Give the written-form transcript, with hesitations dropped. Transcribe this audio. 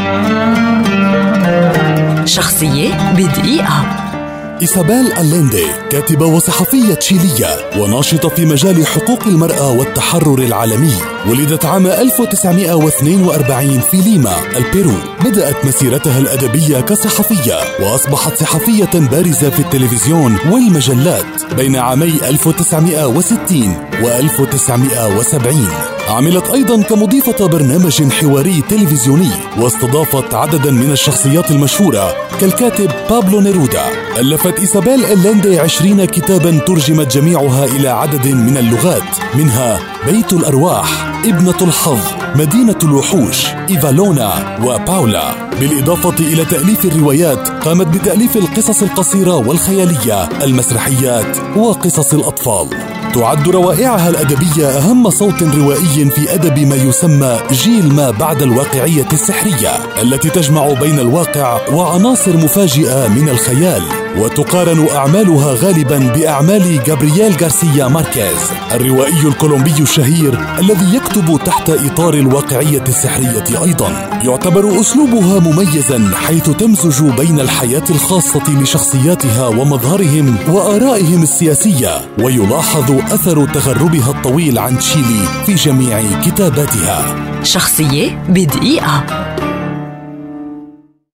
شخصية بدقيقة. إيسابيل أليندي كاتبة وصحفية تشيلية وناشطة في مجال حقوق المرأة والتحرر العالمي. ولدت عام 1942 في ليما، البيرو. بدأت مسيرتها الأدبية كصحفية وأصبحت صحفية بارزة في التلفزيون والمجلات بين عامي 1960 و1970. عملت أيضا كمضيفة برنامج حواري تلفزيوني، واستضافت عددا من الشخصيات المشهورة كالكاتب بابلو نيرودا. ألفت إيسابيل أليندي 20 كتابا ترجمت جميعها إلى عدد من اللغات، منها بيت الأرواح، ابنة الحظ، مدينة الوحوش، إيفالونا وباولا. بالإضافة إلى تأليف الروايات، قامت بتأليف القصص القصيرة والخيالية، المسرحيات وقصص الأطفال. تعد روائعها الأدبية أهم صوت روائي في أدب ما يسمى جيل ما بعد الواقعية السحرية، التي تجمع بين الواقع وعناصر مفاجئة من الخيال. وتقارن أعمالها غالبا بأعمال غابرييل غارسيا ماركيز، الروائي الكولومبي الشهير الذي يكتب تحت إطار الواقعية السحرية أيضا. يعتبر أسلوبها مميزا، حيث تمزج بين الحياة الخاصة لشخصياتها ومظهرهم وآرائهم السياسية، ويلاحظ أثر تغربها الطويل عن تشيلي في جميع كتاباتها. شخصية بدقيقة.